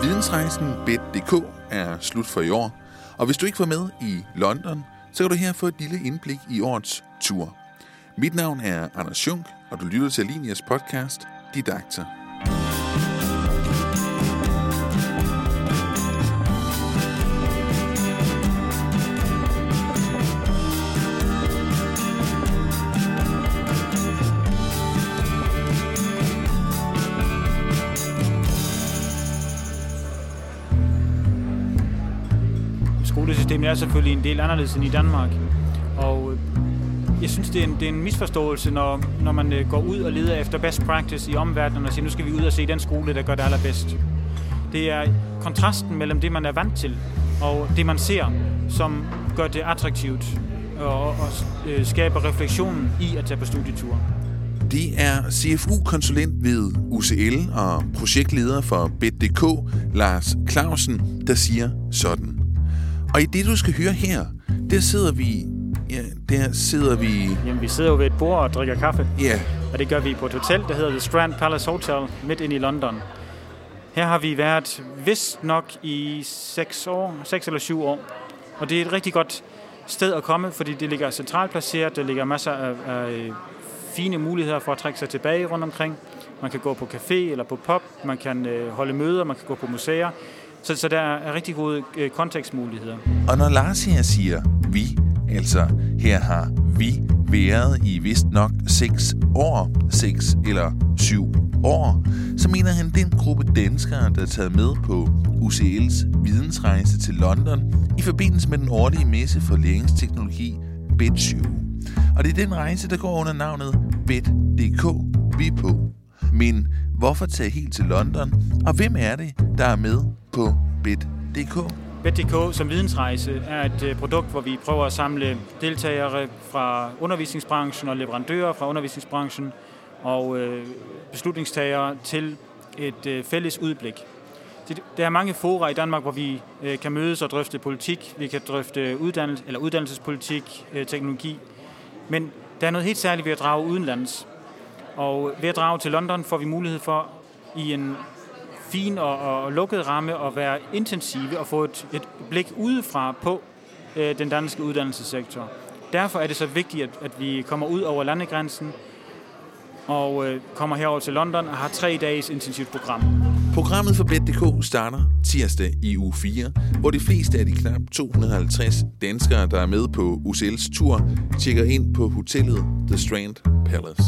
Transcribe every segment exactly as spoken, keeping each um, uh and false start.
Vidensrejsen B E T punktum d k er slut for i år, og hvis du ikke var med i London, så kan du her få et lille indblik i årets tur. Mit navn er Anders Schunk, og du lytter til Alinias podcast, Didakter. Skolesystemet er selvfølgelig en del anderledes end i Danmark, og jeg synes, det er en, det er en misforståelse, når, når man går ud og leder efter best practice i omverdenen og siger, nu skal vi ud og se den skole, der gør det allerbedst. Det er kontrasten mellem det, man er vant til, og det, man ser, som gør det attraktivt og, og øh, skaber refleksionen i at tage på studieture. Det er C F U-konsulent ved U C L og projektleder for B E T punktum d k, Lars Clausen, der siger sådan. Og i det, du skal høre her, der sidder vi... Ja, der sidder vi... Jamen, vi sidder jo ved et bord og drikker kaffe. Ja. Yeah. Og det gør vi på et hotel, der hedder The Strand Palace Hotel, midt inde i London. Her har vi været vist nok i seks år, seks eller syv år. Og det er et rigtig godt sted at komme, fordi det ligger centralt placeret. Der ligger masser af, af fine muligheder for at trække sig tilbage rundt omkring. Man kan gå på café eller på pub, man kan øh, holde møder, man kan gå på museer. Så, så der er rigtig gode øh, kontekstmuligheder. Og når Lars her siger vi, altså her har vi været i vist nok seks år, seks eller syv år, så mener han den gruppe danskere, der er taget med på U C L's vidensrejse til London i forbindelse med den årlige messe for læringsteknologi B E T Show. Og det er den rejse, der går under navnet B E T punktum d k, vi er på. Men hvorfor tage helt til London, og hvem er det, der er med på B E T punktum d k? B E T punktum d k som vidensrejse er et produkt, hvor vi prøver at samle deltagere fra undervisningsbranchen og leverandører fra undervisningsbranchen og øh, beslutningstagere til et øh, fælles udblik. Der er mange fora i Danmark, hvor vi øh, kan mødes og drøfte politik, vi kan drøfte uddannelse, eller uddannelsespolitik, øh, teknologi, men der er noget helt særligt ved at drage udenlands. Og ved at drage til London får vi mulighed for i en fin og, og lukket ramme at være intensive og få et, et blik udefra på øh, den danske uddannelsessektor. Derfor er det så vigtigt, at, at vi kommer ud over landegrænsen og øh, kommer herover til London og har tre dages intensivt program. Programmet for B E T punktum d k starter tirsdag i uge fire, hvor de fleste af de knap to hundrede og halvtreds danskere, der er med på U C L's tur, tjekker ind på hotellet The Strand Palace.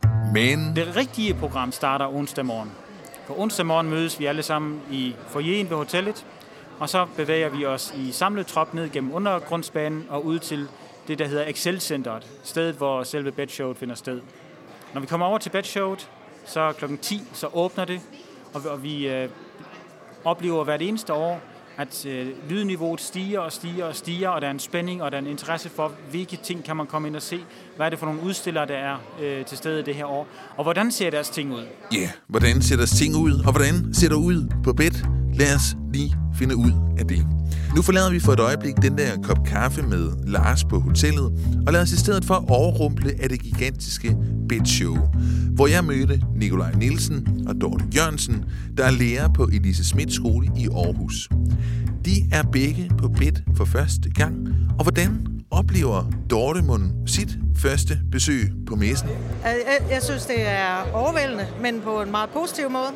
Men det rigtige program starter onsdag morgen. På onsdag morgen mødes vi alle sammen i foyeren ved hotellet, og så bevæger vi os i samlet trop ned gennem undergrundsbanen og ud til det, der hedder Excel-centeret, stedet, hvor selve B E T-showet finder sted. Når vi kommer over til B E T-showet, så klokken ti, så åbner det, og vi øh, oplever hvert eneste år, at øh, lydniveauet stiger og stiger og stiger, og der er en spænding, og der er en interesse for, hvilke ting kan man komme ind og se. Hvad er det for nogle udstillere, der er øh, til stede det her år? Og hvordan ser deres ting ud? Ja, yeah, hvordan ser deres ting ud, og hvordan ser det ud på B E T? Lad os lige finde ud af det. Nu forlader vi for et øjeblik den der kop kaffe med Lars på hotellet, og lad os i stedet for overrumple af det gigantiske B E T-show, hvor jeg mødte Nikolaj Nielsen og Dorte Jørgensen, der er lærer på Elise Schmidt skole i Aarhus. De er begge på B E T for første gang, og hvordan oplever Dorte mon sit første besøg på messen? Jeg, jeg synes, det er overvældende, men på en meget positiv måde.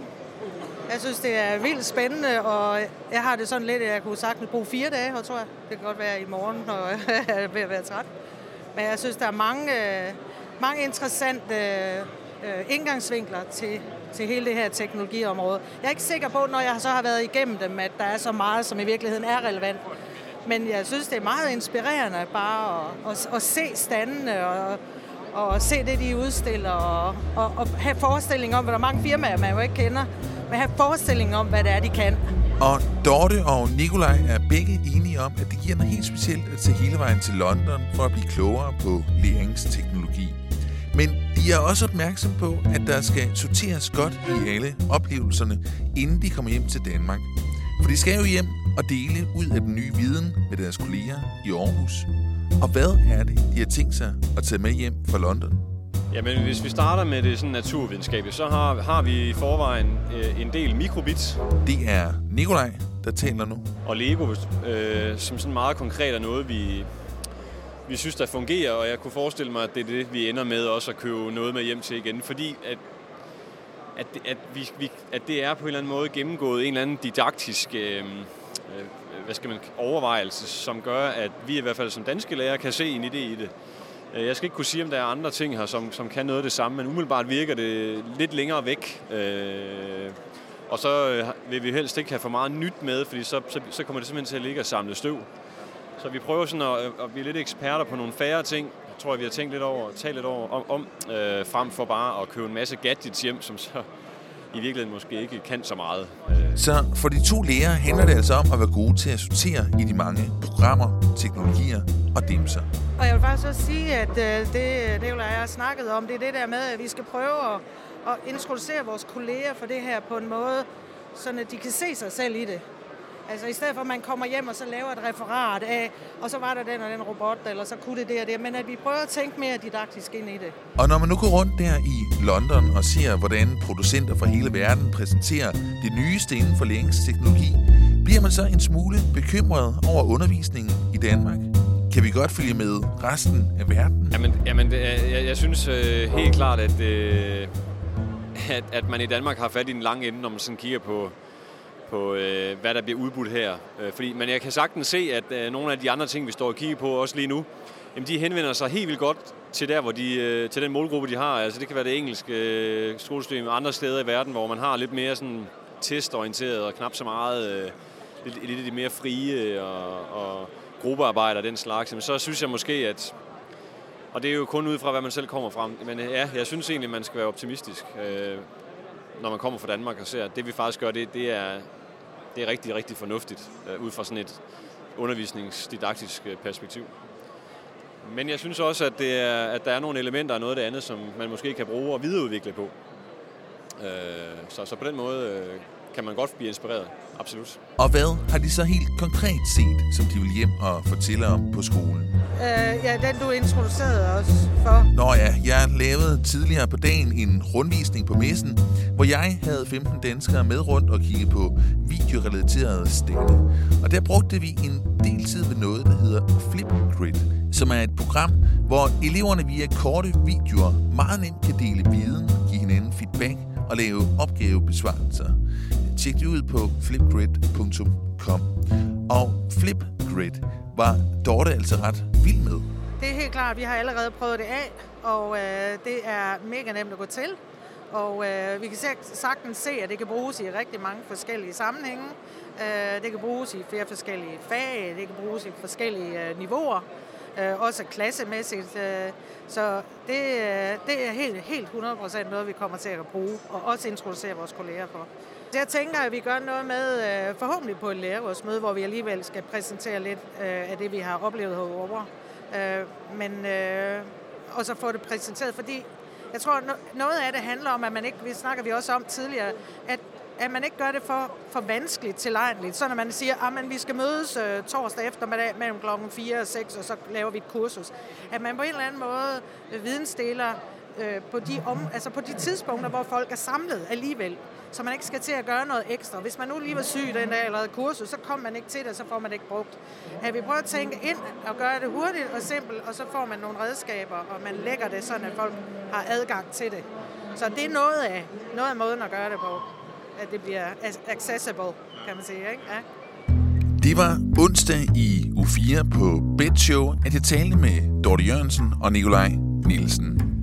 Jeg synes, det er vildt spændende, og jeg har det sådan lidt, at jeg kunne sagtens bruge fire dage, tror jeg. Det kan godt være i morgen, når jeg er ved at være træt. Men jeg synes, der er mange, mange interessante indgangsvinkler til, til hele det her teknologiområde. Jeg er ikke sikker på, når jeg så har været igennem dem, at der er så meget, som i virkeligheden er relevant. Men jeg synes, det er meget inspirerende bare at, at, at se standene og, og se det, de udstiller, og, og, og have forestilling om, hvad der er mange firmaer, man jo ikke kender, men have forestilling om, hvad det er, de kan. Og Dorte og Nikolaj er begge enige om, at det giver noget helt specielt at tage hele vejen til London for at blive klogere på læringsteknologi. Men de er også opmærksom på, at der skal sorteres godt i alle oplevelserne, inden de kommer hjem til Danmark. For de skal jo hjem og dele ud af den nye viden med deres kolleger i Aarhus. Og hvad er det, de har tænkt sig at tage med hjem fra London? Jamen, hvis vi starter med det sådan naturvidenskabelige, så har, har vi i forvejen øh, en del mikrobit. Det er Nikolaj, der taler nu. Og Lego, øh, som sådan meget konkret er noget, vi, vi synes, der fungerer, og jeg kunne forestille mig, at det er det, vi ender med også at købe noget med hjem til igen, fordi at, at, at, vi, vi, at det er på en eller anden måde gennemgået en eller anden didaktisk øh, hvad skal man, overvejelse, som gør, at vi i hvert fald som danske lærere kan se en idé i det. Jeg skal ikke kunne sige, om der er andre ting her, som, som kan noget af det samme, men umiddelbart virker det lidt længere væk. Øh, og så vil vi helst ikke have for meget nyt med, fordi så, så, så kommer det simpelthen til at ligge og samle støv. Så vi prøver sådan at, at blive lidt eksperter på nogle færre ting, tror jeg, vi har tænkt lidt over, talt lidt over om, om øh, frem for bare at købe en masse gadgets hjem, som så i virkeligheden måske ikke kan så meget. Så for de to lærere handler det altså om at være gode til at sortere i de mange programmer, teknologier og dimser. Og jeg vil faktisk også sige, at det, Nikolaj og jeg har snakket om, det er det der med, at vi skal prøve at, at introducere vores kolleger for det her på en måde, så de kan se sig selv i det. Altså i stedet for, at man kommer hjem og så laver et referat af, og så var der den og den robot, eller så kunne det det og det, men at vi prøver at tænke mere didaktisk ind i det. Og når man nu går rundt der i London og ser, hvordan producenter fra hele verden præsenterer det nyeste inden for læringsteknologi, bliver man så en smule bekymret over undervisningen i Danmark. Kan vi godt følge med resten af verden? Jamen, jamen det, jeg, jeg synes øh, helt klart, at, øh, at, at man i Danmark har fat i en lang ende, når man sådan kigger på på, øh, hvad der bliver udbudt her. Øh, fordi, men jeg kan sagtens se, at øh, nogle af de andre ting, vi står og kigger på også lige nu, jamen, de henvender sig helt vildt godt til der, hvor de, øh, til den målgruppe, de har. Altså, det kan være det engelske øh, skolesystem andre steder i verden, hvor man har lidt mere sådan testorienteret og knap så meget øh, lidt, lidt de mere frie og, og gruppearbejder og den slags. Men så synes jeg måske, at og det er jo kun ud fra, hvad man selv kommer frem. Men ja, jeg synes egentlig, man skal være optimistisk, øh, når man kommer fra Danmark og ser, at det vi faktisk gør, det, det er det er rigtig, rigtig fornuftigt, øh, ud fra sådan et undervisningsdidaktisk øh, perspektiv. Men jeg synes også, at, det er, at der er nogle elementer af noget af det andet, som man måske kan bruge og videreudvikle på. Øh, så, så på den måde øh, kan man godt blive inspireret, absolut. Og hvad har de så helt konkret set, som de vil hjem og fortælle om på skolen? Uh, ja, den du introducerede os for. Nå ja, jeg lavede tidligere på dagen en rundvisning på messen, hvor jeg havde femten danskere med rundt og kiggede på videorelaterede stande. Og der brugte vi en del tid ved noget, der hedder Flipgrid, som er et program, hvor eleverne via korte videoer meget nemt kan dele viden, give hinanden feedback og lave opgavebesvarelser. Tjek det ud på flipgrid punktum com. Og Flipgrid var Dorte altså ret vild med. Det er helt klart, vi har allerede prøvet det af, og øh, det er mega nemt at gå til. Og øh, vi kan sagtens se, at det kan bruges i rigtig mange forskellige sammenhænge. Øh, det kan bruges i flere forskellige fag, det kan bruges i forskellige øh, niveauer, øh, også klassemæssigt. Øh, så det, øh, det er helt, helt hundrede procent noget, vi kommer til at bruge, og også introducere vores kolleger for. Så jeg tænker, at vi gør noget med, øh, forhåbentlig på et lærerrådsmøde, hvor vi alligevel skal præsentere lidt øh, af det, vi har oplevet herovre. Øh, men øh, og så få det præsenteret, fordi jeg tror, noget af det handler om, at man ikke, vi snakker vi også om tidligere, at, at man ikke gør det for, for vanskeligt tilegneligt. Så når man siger, at vi skal mødes øh, torsdag eftermiddag mellem klokken fire og seks, og så laver vi et kursus. At man på en eller anden måde øh, vidensdeler øh, på, de om, altså på de tidspunkter, hvor folk er samlet alligevel. Så man ikke skal til at gøre noget ekstra. Hvis man nu lige var syg den dag eller havde kursus, så kommer man ikke til det, så får man det ikke brugt. At vi prøver at tænke ind og gøre det hurtigt og simpelt, og så får man nogle redskaber, og man lægger det sådan, at folk har adgang til det. Så det er noget af, noget af måden at gøre det på. At det bliver accessible, kan man sige, ikke? Ja. Det var onsdag i uge fire på BedShow, at jeg talte med Dorte Jørgensen og Nikolaj Nielsen.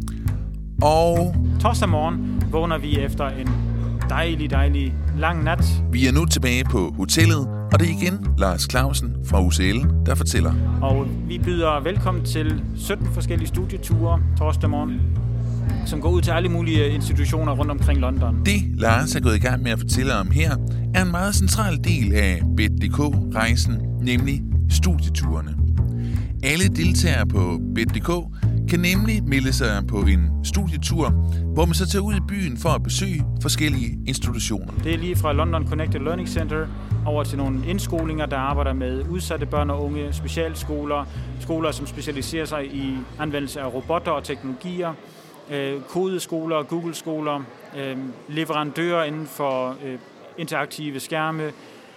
Og torsdag morgen vågner vi efter en dejlig, dejlig lang nat. Vi er nu tilbage på hotellet, og det er igen Lars Clausen fra U C L, der fortæller. Og vi byder velkommen til sytten forskellige studieture torsdag morgen, som går ud til alle mulige institutioner rundt omkring London. Det, Lars er gået i gang med at fortælle om her, er en meget central del af bed punktum d k-rejsen, nemlig studieturene. Alle deltagere på bed punktum d k kan nemlig melde sig på en studietur, hvor man så tager ud i byen for at besøge forskellige institutioner. Det er lige fra London Connected Learning Center over til nogle indskolinger, der arbejder med udsatte børn og unge, specialskoler, skoler, som specialiserer sig i anvendelse af robotter og teknologier, øh, kodeskoler, Google-skoler, øh, leverandører inden for øh, interaktive skærme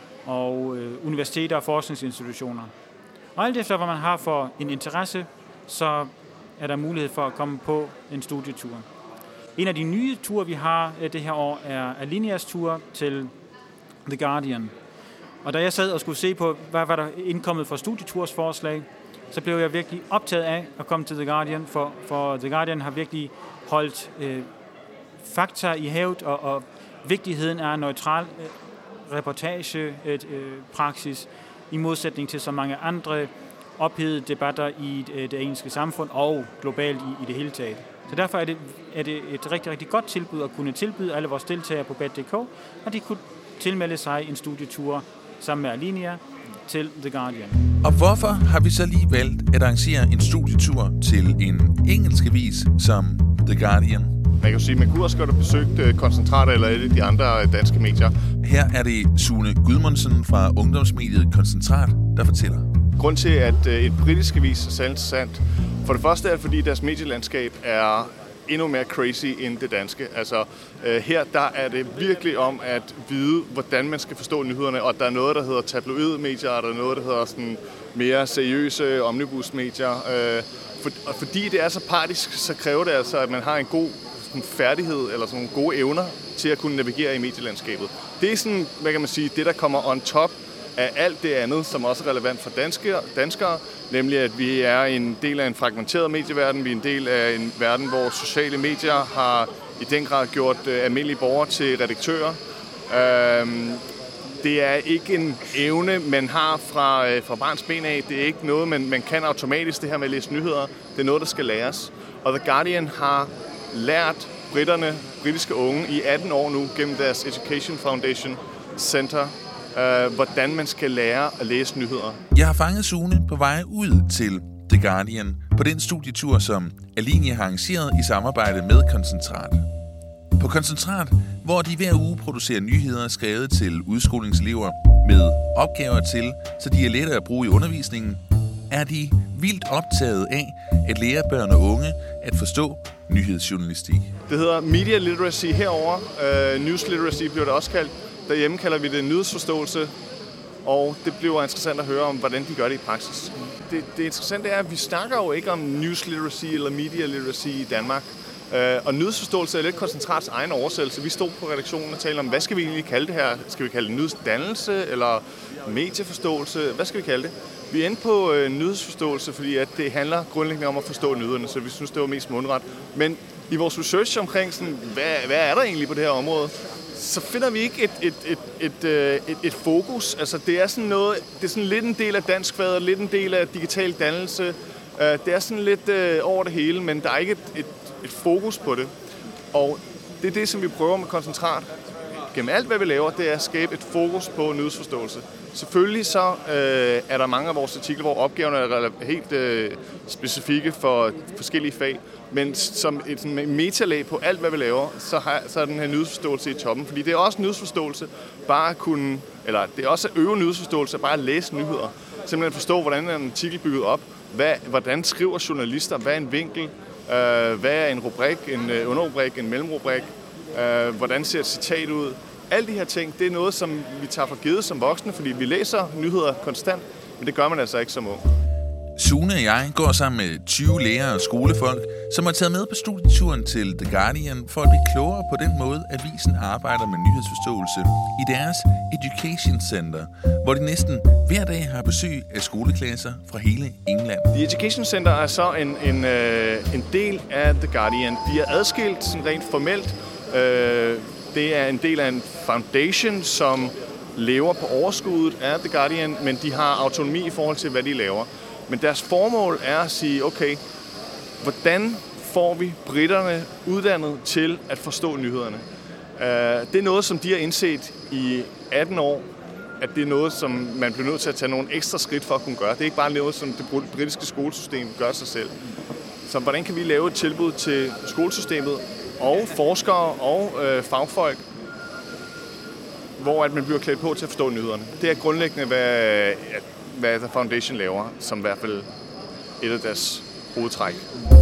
og øh, universiteter og forskningsinstitutioner. Og alt efter, hvad man har for en interesse, så er der mulighed for at komme på en studietur. En af de nye ture, vi har det her år, er Alinias tur til The Guardian. Og da jeg sad og skulle se på, hvad var der indkommet for studietursforslag, så blev jeg virkelig optaget af at komme til The Guardian, for, for The Guardian har virkelig holdt øh, fakta i hævd, og, og vigtigheden af neutral øh, reportagepraksis, øh, i modsætning til så mange andre ophedede debatter i det, det engelske samfund og globalt i, i det hele taget. Så derfor er det, er det et rigtig, rigtig godt tilbud at kunne tilbyde alle vores deltagere på B E D punktum d k, at de kunne tilmelde sig en studietur sammen med Alinia til The Guardian. Og hvorfor har vi så lige valgt at arrangere en studietur til en engelsk avis som The Guardian? Man kan sige, at man kunne også godt have besøgt Koncentrat eller et af de andre danske medier. Her er det Sune Gudmundsen fra ungdomsmediet Koncentrat, der fortæller. Grund til, at et britisk avis er særligt interessant, for det første er det, fordi deres medielandskab er endnu mere crazy end det danske. Altså her der er det virkelig om at vide, hvordan man skal forstå nyhederne, og der er noget, der hedder tabloidmedier, og der er noget, der hedder sådan mere seriøse omnibusmedier. For, og fordi det er så partisk, så kræver det altså, at man har en god sådan, færdighed eller sådan nogle gode evner til at kunne navigere i medielandskabet. Det er sådan, hvad kan man sige, det der kommer on top af alt det andet, som også er relevant for danske, danskere, nemlig at vi er en del af en fragmenteret medieverden, vi er en del af en verden, hvor sociale medier har i den grad gjort uh, almindelige borgere til redaktører. Uh, det er ikke en evne, man har fra, uh, fra barns ben af. Det er ikke noget, man, man kan automatisk, det her med at læse nyheder. Det er noget, der skal læres. Og The Guardian har lært britterne, britiske unge, i atten år nu, gennem deres Education Foundation Center, Uh, hvordan man skal lære at læse nyheder. Jeg har fanget Sune på vej ud til The Guardian på den studietur, som Alinia har arrangeret i samarbejde med Koncentrat. På Koncentrat, hvor de hver uge producerer nyheder skrevet til udskolingselever med opgaver til, så de er lettere at bruge i undervisningen, er de vildt optaget af at lære børn og unge at forstå nyhedsjournalistik. Det hedder Media Literacy herover. Uh, News Literacy bliver det også kaldt. Derhjemme kalder vi det nyhedsforståelse, og det bliver interessant at høre om, hvordan de gør det i praksis. Det, det interessante er, at vi snakker jo ikke om news literacy eller media literacy i Danmark. Og nyhedsforståelse er lidt Koncentrats egen oversættelse. Vi stod på redaktionen og talte om, hvad skal vi egentlig kalde det her? Skal vi kalde det nyhedsdannelse eller medieforståelse? Hvad skal vi kalde det? Vi er inde på øh, nyhedsforståelse, fordi at det handler grundlæggende om at forstå nyhederne, så vi synes, det var mest mundret. Men i vores research omkring, sådan, hvad, hvad er der egentlig på det her område, så finder vi ikke et, et, et, et, et, et, et fokus. Altså, det er sådan noget, det er sådan lidt en del af danskfaget, lidt en del af digital dannelse. Det er sådan lidt øh, over det hele, men der er ikke et, et, et fokus på det. Og det er det, som vi prøver med Koncentrat. Gennem alt, hvad vi laver, det er at skabe et fokus på nyhedsforståelse. Selvfølgelig så øh, er der mange af vores artikler, hvor opgaverne er helt øh, specifikke for forskellige fag. Men som et metalag på alt, hvad vi laver, så, har, så er den her nyhedsforståelse i toppen. Fordi det er også nyhedsforståelse, bare at kunne, eller det er også at øve nyhedsforståelse, bare at læse nyheder. Simpelthen forstå, hvordan er en artikel bygget op, hvad, hvordan skriver journalister, hvad er en vinkel, øh, hvad er en rubrik, en øh, underrubrik, en mellemrubrik, øh, hvordan ser et citat ud. Alle de her ting, det er noget, som vi tager for givet som voksne, fordi vi læser nyheder konstant, men det gør man altså ikke som ung. Sune og jeg går sammen med tyve lærere og skolefolk, som har taget med på studieturen til The Guardian for at blive klogere på den måde, avisen arbejder med nyhedsforståelse i deres Education Center, hvor de næsten hver dag har besøg af skoleklasser fra hele England. The Education Center er så en, en, øh, en del af The Guardian. De er adskilt sådan rent formelt. Øh, det er en del af en foundation, som lever på overskuddet af The Guardian, men de har autonomi i forhold til, hvad de laver. Men deres formål er at sige, okay, hvordan får vi britterne uddannet til at forstå nyhederne? Det er noget, som de har indset i atten år, at det er noget, som man bliver nødt til at tage nogle ekstra skridt for at kunne gøre. Det er ikke bare noget, som det britiske skolesystem gør sig selv. Så hvordan kan vi lave et tilbud til skolesystemet og forskere og øh, fagfolk, hvor at man bliver klædt på til at forstå nyhederne? Det er grundlæggende, hvad, hvad The Foundation laver, som i hvert fald et af deres hovedtræk.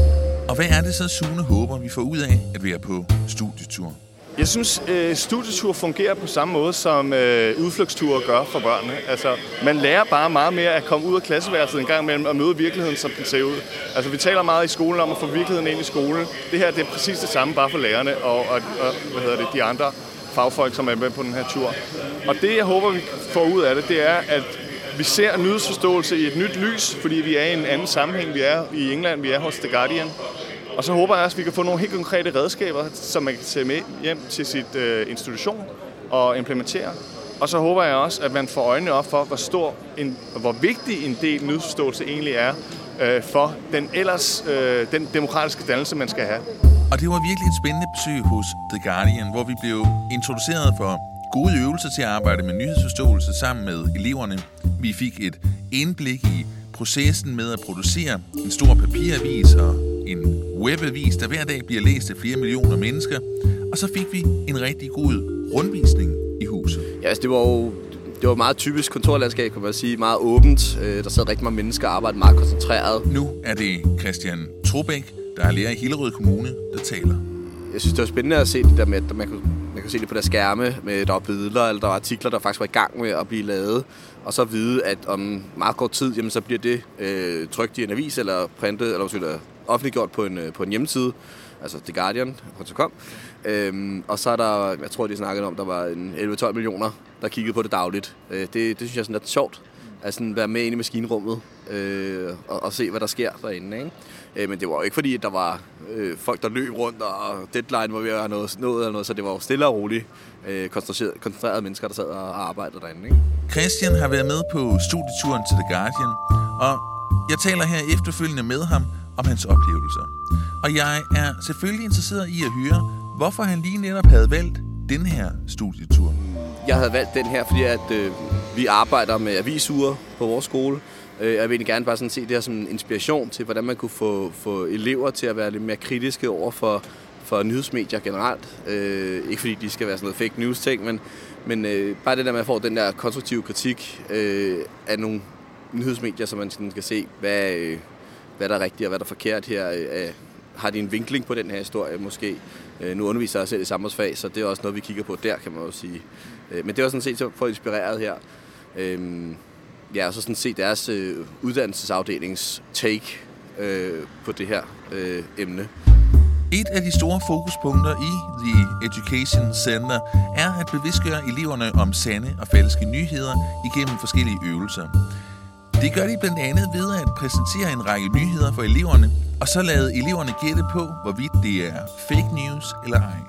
Og hvad er det så, Sune håber, vi får ud af at være på studietur? Jeg synes, øh, studietur fungerer på samme måde, som øh, udflugtsture gør for børnene. Altså, man lærer bare meget mere at komme ud af klasseværelset en gang imellem og møde virkeligheden, som den ser ud. Altså, vi taler meget i skolen om at få virkeligheden ind i skolen. Det her, det er præcis det samme, bare for lærerne og, og, og hvad hedder det, de andre fagfolk, som er med på den her tur. Og det, jeg håber, vi får ud af det, det er, at vi ser nyhedsforståelse i et nyt lys, fordi vi er i en anden sammenhæng. Vi er i England, vi er hos The Guardian. Og så håber jeg også, at vi kan få nogle helt konkrete redskaber, som man kan tage med hjem til sit øh, institution og implementere. Og så håber jeg også, at man får øjnene op for, hvor stor en, hvor vigtig en del nyhedsforståelse egentlig er øh, for den ellers øh, den demokratiske dannelse, man skal have. Og det var virkelig et spændende besøg hos The Guardian, hvor vi blev introduceret for gode øvelser til at arbejde med nyhedsforståelse sammen med eleverne. Vi fik et indblik i processen med at producere en stor papiravis og en webavis, der hver dag bliver læst af flere millioner mennesker. Og så fik vi en rigtig god rundvisning i huset. Ja, altså det var jo det var meget typisk kontorlandskab, kan man sige. Meget åbent. Der sad rigtig mange mennesker og arbejdede meget koncentreret. Nu er det Christian Trobæk, der er lærer i Hillerød Kommune, der taler. Jeg synes, det var spændende at se det der med, at man kunne, man kunne se det på der skærme, med der var billeder, eller der var artikler, der faktisk var i gang med at blive lavet. Og så vide, at om meget kort tid, jamen, så bliver det øh, trykt i en avis, eller printet, eller måske offentliggjort på en, på en hjemmeside, altså The Guardian punktum com. Øhm, og så er der, jeg tror, de snakkede om, der var en elleve til tolv millioner, der kiggede på det dagligt. Øh, det, det synes jeg er sådan lidt sjovt, at sådan være med inde i maskinrummet øh, og, og se, hvad der sker derinde, ikke? Øh, men det var jo ikke fordi, at der var øh, folk, der løb rundt, og deadline var ved at have noget, noget eller noget, så det var jo stille og roligt øh, koncentrerede mennesker, der sad og arbejdede derinde, ikke? Christian har været med på studieturen til The Guardian, og jeg taler her efterfølgende med ham om hans oplevelser. Og jeg er selvfølgelig interesseret i at høre, hvorfor han lige netop havde valgt den her studietur. Jeg havde valgt den her, fordi at, øh, vi arbejder med avisuger på vores skole. Jeg vil egentlig gerne bare sådan se det her som en inspiration til, hvordan man kunne få, få elever til at være lidt mere kritiske over for, for nyhedsmedier generelt. Øh, ikke fordi de skal være sådan noget fake news ting, men, men øh, bare det der med at få den der konstruktive kritik øh, af nogle nyhedsmedier, så man skal se, hvad, øh, hvad der er rigtigt og hvad der er forkert her. Øh, har de en vinkling på den her historie måske? Øh, nu underviser jeg selv i samfundsfag, så det er også noget, vi kigger på der, kan man jo sige. Øh, men det var sådan set så for inspireret her. Øh, Ja, og så sådan set deres øh, uddannelsesafdelings take øh, på det her øh, emne. Et af de store fokuspunkter i The Education Center er at bevidstgøre eleverne om sande og falske nyheder igennem forskellige øvelser. Det gør de blandt andet ved at præsentere en række nyheder for eleverne, og så lade eleverne gætte på, hvorvidt det er fake news eller ej.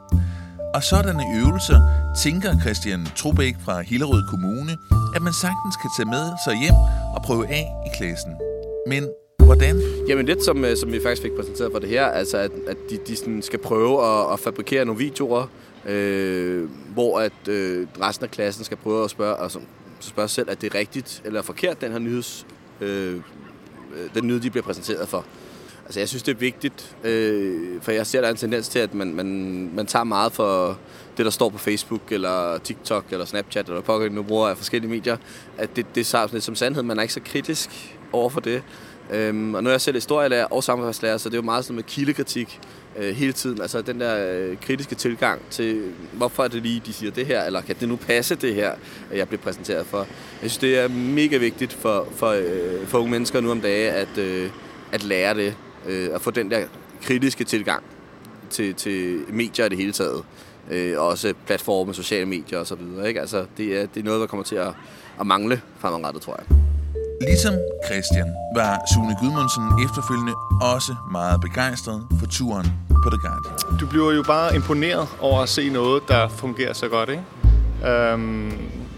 Og sådanne øvelser tænker Christian Trobæk fra Hillerød Kommune, at man sagtens kan tage med sig hjem og prøve af i klassen. Men hvordan? Jamen lidt som, som vi faktisk fik præsenteret for det her, altså at, at de, de sådan skal prøve at, at fabrikere nogle videoer, øh, hvor at øh, resten af klassen skal prøve at spørge, altså, spørge selv, at det er rigtigt eller forkert, den her nyheds, øh, den nyhed, de bliver præsenteret for. Altså jeg synes, det er vigtigt, øh, for jeg ser, der er en tendens til, at man, man, man tager meget for det, der står på Facebook, eller TikTok, eller Snapchat, eller pokker, nu bruger af forskellige medier, at det, det er sådan lidt som sandhed. Man er ikke så kritisk over for det. Øhm, og nu er jeg selv historielærer og samfundslærer, så det er jo meget sådan med kildekritik øh, hele tiden. Altså den der øh, kritiske tilgang til, hvorfor er det lige, de siger det her, eller kan det nu passe det her, at jeg bliver præsenteret for. Jeg synes, det er mega vigtigt for, for, øh, for unge mennesker nu om dage, at, øh, at lære det. At få den der kritiske tilgang til, til medier i det hele taget. Øh, og også platforme, sociale medier og så videre. Ikke? Altså, det, er, det er noget, der kommer til at, at mangle fremadrettet, tror jeg. Ligesom Christian var Sune Gudmundsen efterfølgende også meget begejstret for turen på The Guardian. Du bliver jo bare imponeret over at se noget, der fungerer så godt, ikke? Øhm,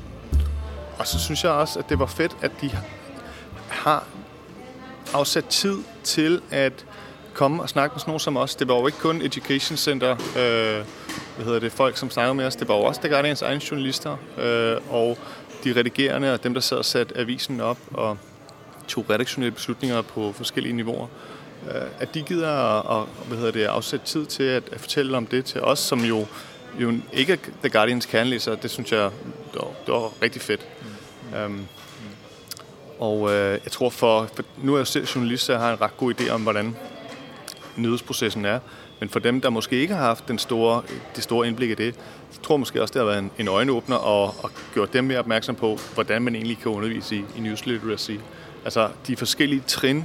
og så synes jeg også, at det var fedt, at de har afsat tid til at komme og snakke med sådan nogen som os. Det var jo ikke kun Education Center, øh, hvad hedder det, folk som snakkede med os. Det var jo også The Guardians egne journalister, øh, og de redigerende, og dem, der sad og satte avisen op og tog redaktionelle beslutninger på forskellige niveauer. Øh, at de gider at, at hvad hedder det, afsætte tid til at, at fortælle om det til os, som jo, jo ikke er The Guardians kernlæser. Det synes jeg, det var, det var rigtig fedt. Mm. Um, Og øh, jeg tror, for, for nu er jeg selv journalist, så jeg har en ret god idé om, hvordan nyhedsprocessen er. Men for dem, der måske ikke har haft den store, det store indblik i det, så tror jeg måske også, det har været en, en øjenåbner og, og gjort dem mere opmærksom på, hvordan man egentlig kan undervise i, i news literacy. Altså de forskellige trin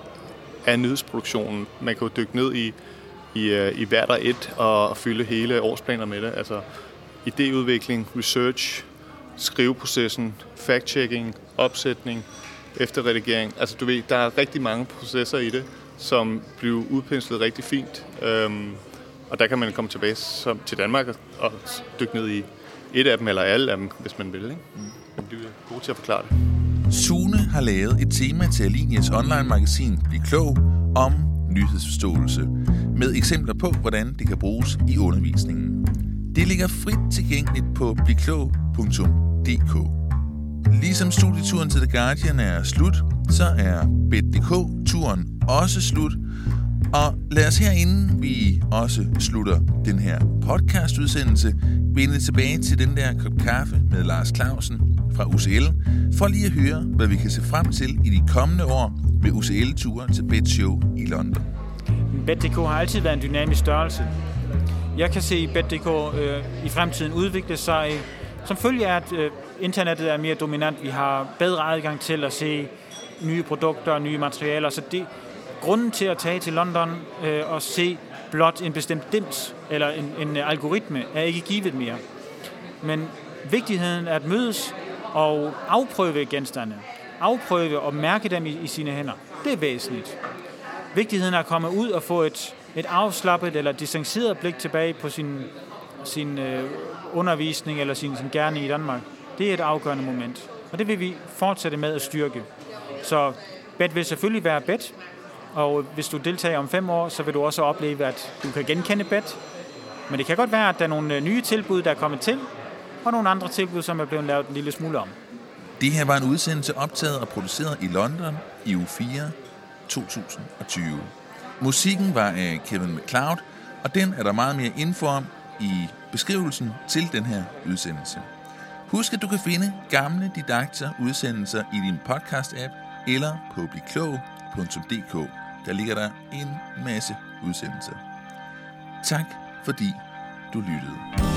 af nyhedsproduktionen. Man kan jo dykke ned i, i, i hvert og et og, og fylde hele årsplaner med det. Altså idéudvikling, research, skriveprocessen, fact-checking, opsætning, efterredigering. Altså du ved, der er rigtig mange processer i det, som bliver udpenslet rigtig fint. Øhm, og der kan man komme tilbage som, til Danmark og dykke ned i et af dem, eller alle af dem, hvis man vil. Ikke? Man bliver god til at forklare det. Sune har lavet et tema til Alinias online-magasin Bliv Klog om nyhedsforståelse, med eksempler på, hvordan det kan bruges i undervisningen. Det ligger frit tilgængeligt på bliv klog punktum d k. Ligesom studieturen til The Guardian er slut, så er bet punktum d k-turen også slut. Og lad os herinde, vi også slutter den her podcastudsendelse, vende tilbage til den der kop kaffe med Lars Clausen fra U C L, for lige at høre, hvad vi kan se frem til i de kommende år med U C L-ture til Bet Show i London. bet punktum d k har altid været en dynamisk størrelse. Jeg kan se bet punktum d k øh, i fremtiden udvikle sig, som følge af, at øh, internettet er mere dominant. Vi har bedre adgang til at se nye produkter og nye materialer, så det grunden til at tage til London øh, og se blot en bestemt dims eller en, en algoritme er ikke givet mere. Men vigtigheden af at mødes og afprøve genstande, afprøve og mærke dem i, i sine hænder, det er væsentligt. Vigtigheden af at komme ud og få et, et afslappet eller distanceret blik tilbage på sin, sin øh, undervisning eller sin, sin gerning i Danmark, det er et afgørende moment. Og det vil vi fortsætte med at styrke. Så bet vil selvfølgelig være bet, og hvis du deltager om fem år, så vil du også opleve, at du kan genkende bet. Men det kan godt være, at der er nogle nye tilbud, der er kommet til, og nogle andre tilbud, som er blevet lavet en lille smule om. Det her var en udsendelse optaget og produceret i London i uge fire to tusind og tyve. Musikken var af Kevin MacLeod, og den er der meget mere info om i beskrivelsen til den her udsendelse. Husk, at du kan finde gamle didakter udsendelser i din podcast-app eller på bliv klog punktum d k. Der ligger der en masse udsendelser. Tak fordi du lyttede.